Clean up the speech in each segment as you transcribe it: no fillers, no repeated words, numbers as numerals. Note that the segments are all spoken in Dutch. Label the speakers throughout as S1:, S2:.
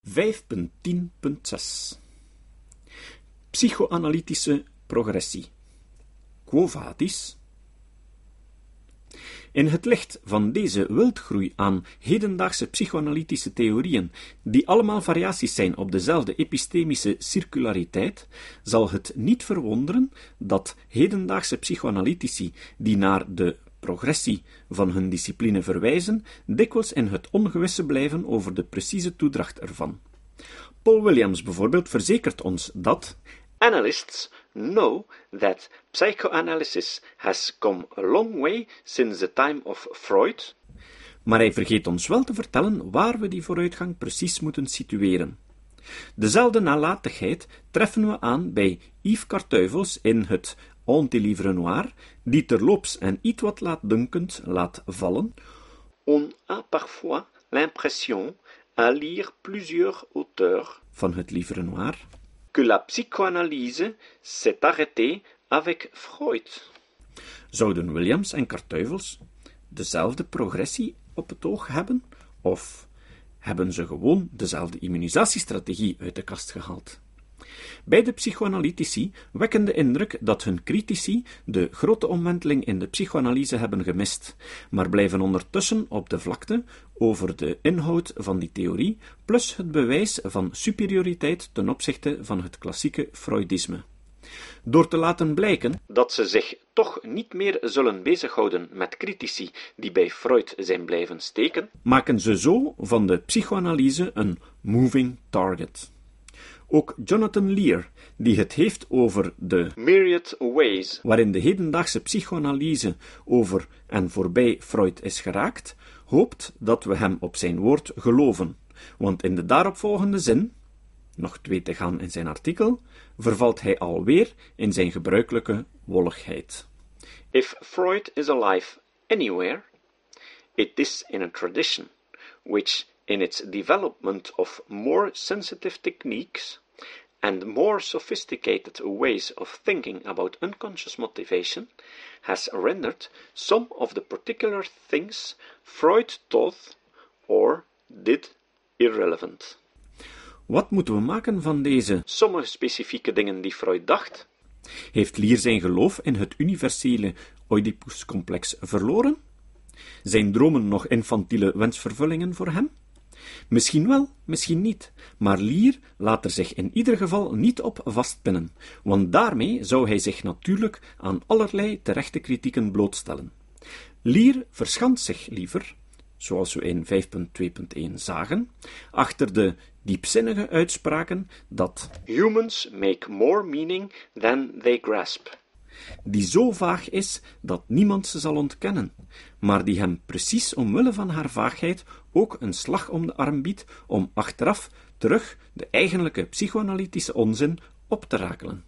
S1: 5.10.6 Psychoanalytische progressie. Quo vadis? In het licht van deze wildgroei aan hedendaagse psychoanalytische theorieën, die allemaal variaties zijn op dezelfde epistemische circulariteit, zal het niet verwonderen dat hedendaagse psychoanalytici, die naar de progressie van hun discipline verwijzen, dikwijls in het ongewisse blijven over de precieze toedracht ervan. Paul Williams bijvoorbeeld verzekert ons dat
S2: Analysts know that psychoanalysis has come a long way since the time of Freud,
S1: maar hij vergeet ons wel te vertellen waar we die vooruitgang precies moeten situeren. Dezelfde nalatigheid treffen we aan bij Yves Cartuivels in het Antilivre Noir, die terloops en ietwat laatdunkend laat vallen.
S2: On a parfois l'impression, à lire plusieurs auteurs,
S1: van het Livre Noir,
S2: que la psychanalyse s'est arrêtée avec Freud.
S1: Zouden Williams en Cartuivels dezelfde progressie op het oog hebben, of hebben ze gewoon dezelfde immunisatiestrategie uit de kast gehaald? Beide psychoanalytici wekken de indruk dat hun critici de grote omwenteling in de psychoanalyse hebben gemist, maar blijven ondertussen op de vlakte over de inhoud van die theorie, plus het bewijs van superioriteit ten opzichte van het klassieke Freudisme. Door te laten blijken
S2: dat ze zich toch niet meer zullen bezighouden met critici die bij Freud zijn blijven steken,
S1: maken ze zo van de psychoanalyse een moving target. Ook Jonathan Lear, die het heeft over de
S2: myriad ways
S1: waarin de hedendaagse psychoanalyse over en voorbij Freud is geraakt, hoopt dat we hem op zijn woord geloven, want in de daaropvolgende zin, nog 2 te gaan in zijn artikel, vervalt hij alweer in zijn gebruikelijke wolligheid.
S2: If Freud is alive anywhere, it is in a tradition which, in its development of more sensitive techniques and more sophisticated ways of thinking about unconscious motivation, has rendered some of the particular things Freud taught or did irrelevant.
S1: Wat moeten we maken van deze
S2: sommige specifieke dingen die Freud dacht?
S1: Heeft Lear zijn geloof in het universele Oedipuscomplex verloren? Zijn dromen nog infantiele wensvervullingen voor hem? Misschien wel, misschien niet, maar Lear laat er zich in ieder geval niet op vastpinnen, want daarmee zou hij zich natuurlijk aan allerlei terechte kritieken blootstellen. Lear verschanst zich liever, zoals we in 5.2.1 zagen, achter de diepzinnige uitspraken dat
S2: humans make more meaning than they grasp,
S1: die zo vaag is dat niemand ze zal ontkennen, maar die hem precies omwille van haar vaagheid ook een slag om de arm biedt om achteraf terug de eigenlijke psychoanalytische onzin op te rakelen.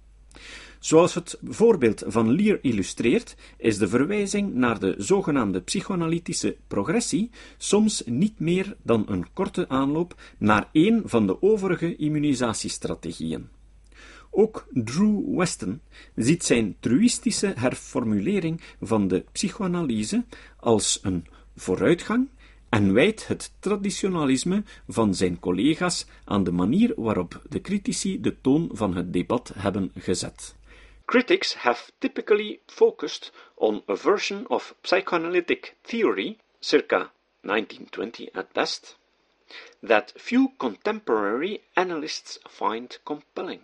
S1: Zoals het voorbeeld van Lear illustreert, is de verwijzing naar de zogenaamde psychoanalytische progressie soms niet meer dan een korte aanloop naar een van de overige immunisatiestrategieën. Ook Drew Weston ziet zijn truïstische herformulering van de psychoanalyse als een vooruitgang en wijt het traditionalisme van zijn collega's aan de manier waarop de critici de toon van het debat hebben gezet.
S2: Critics have typically focused on a version of psychoanalytic theory, circa 1920 at best, that few contemporary analysts find compelling.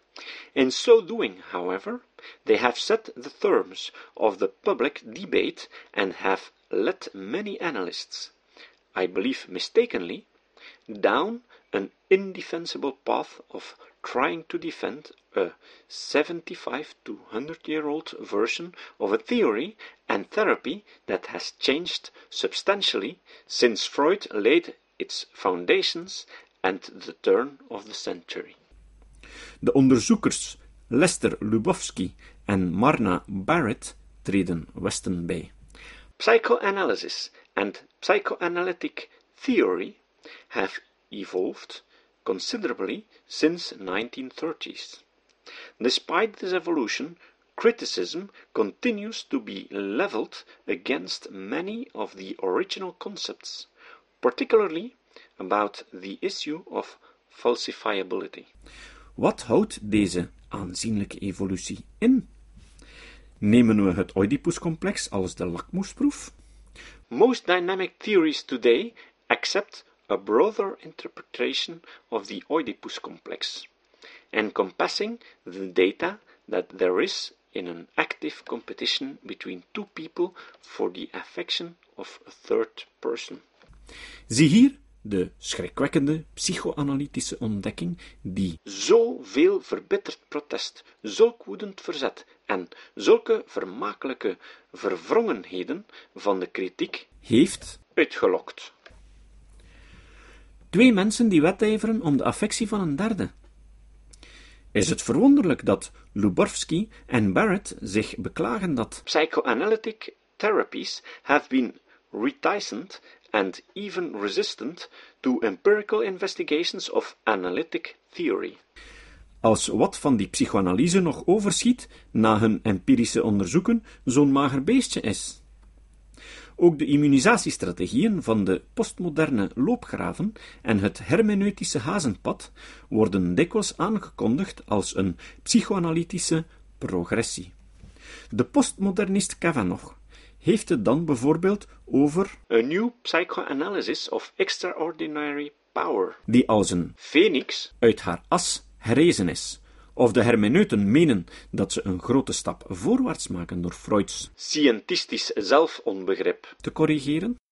S2: In so doing, however, they have set the terms of the public debate and have led many analysts, I believe mistakenly, down an indefensible path of trying to defend a 75 to 100-year-old version of a theory and therapy that has changed substantially since Freud laid its foundations at the turn of the century.
S1: De onderzoekers Lester Lubowski en Marna Barrett treden Weston bij.
S2: Psychoanalysis and psychoanalytic theory have evolved considerably since the 1930s. Despite this evolution, criticism continues to be leveled against many of the original concepts, particularly about the issue of falsifiability.
S1: Wat houdt deze aanzienlijke evolutie in? Nemen we het Oedipuscomplex als de lakmoesproef?
S2: Most dynamic theories today accept a broader interpretation of the Oedipus complex, encompassing the data that there is in an active competition between two people for the affection of a third person.
S1: Zie hier de schrikwekkende psychoanalytische ontdekking die
S2: zoveel verbitterd protest, zulk woedend verzet en zulke vermakelijke verwrongenheden van de kritiek
S1: heeft
S2: uitgelokt.
S1: twee mensen die wedijveren om de affectie van een derde. Is het verwonderlijk dat Lubowski en Barrett zich beklagen dat
S2: Psychoanalytic therapies have been reticent and even resistant to empirical investigations of analytic theory?
S1: als wat van die psychoanalyse nog overschiet na hun empirische onderzoeken zo'n mager beestje is? Ook de immunisatiestrategieën van de postmoderne loopgraven en het hermeneutische hazenpad worden dikwijls aangekondigd als een psychoanalytische progressie. De postmodernist Kavanaugh heeft het dan bijvoorbeeld over
S2: A new psychoanalysis of extraordinary power,
S1: die als een
S2: phoenix,
S1: uit haar as herrezen is, of de hermeneuten menen dat ze een grote stap voorwaarts maken door Freuds
S2: scientistisch zelfonbegrip,
S1: te corrigeren.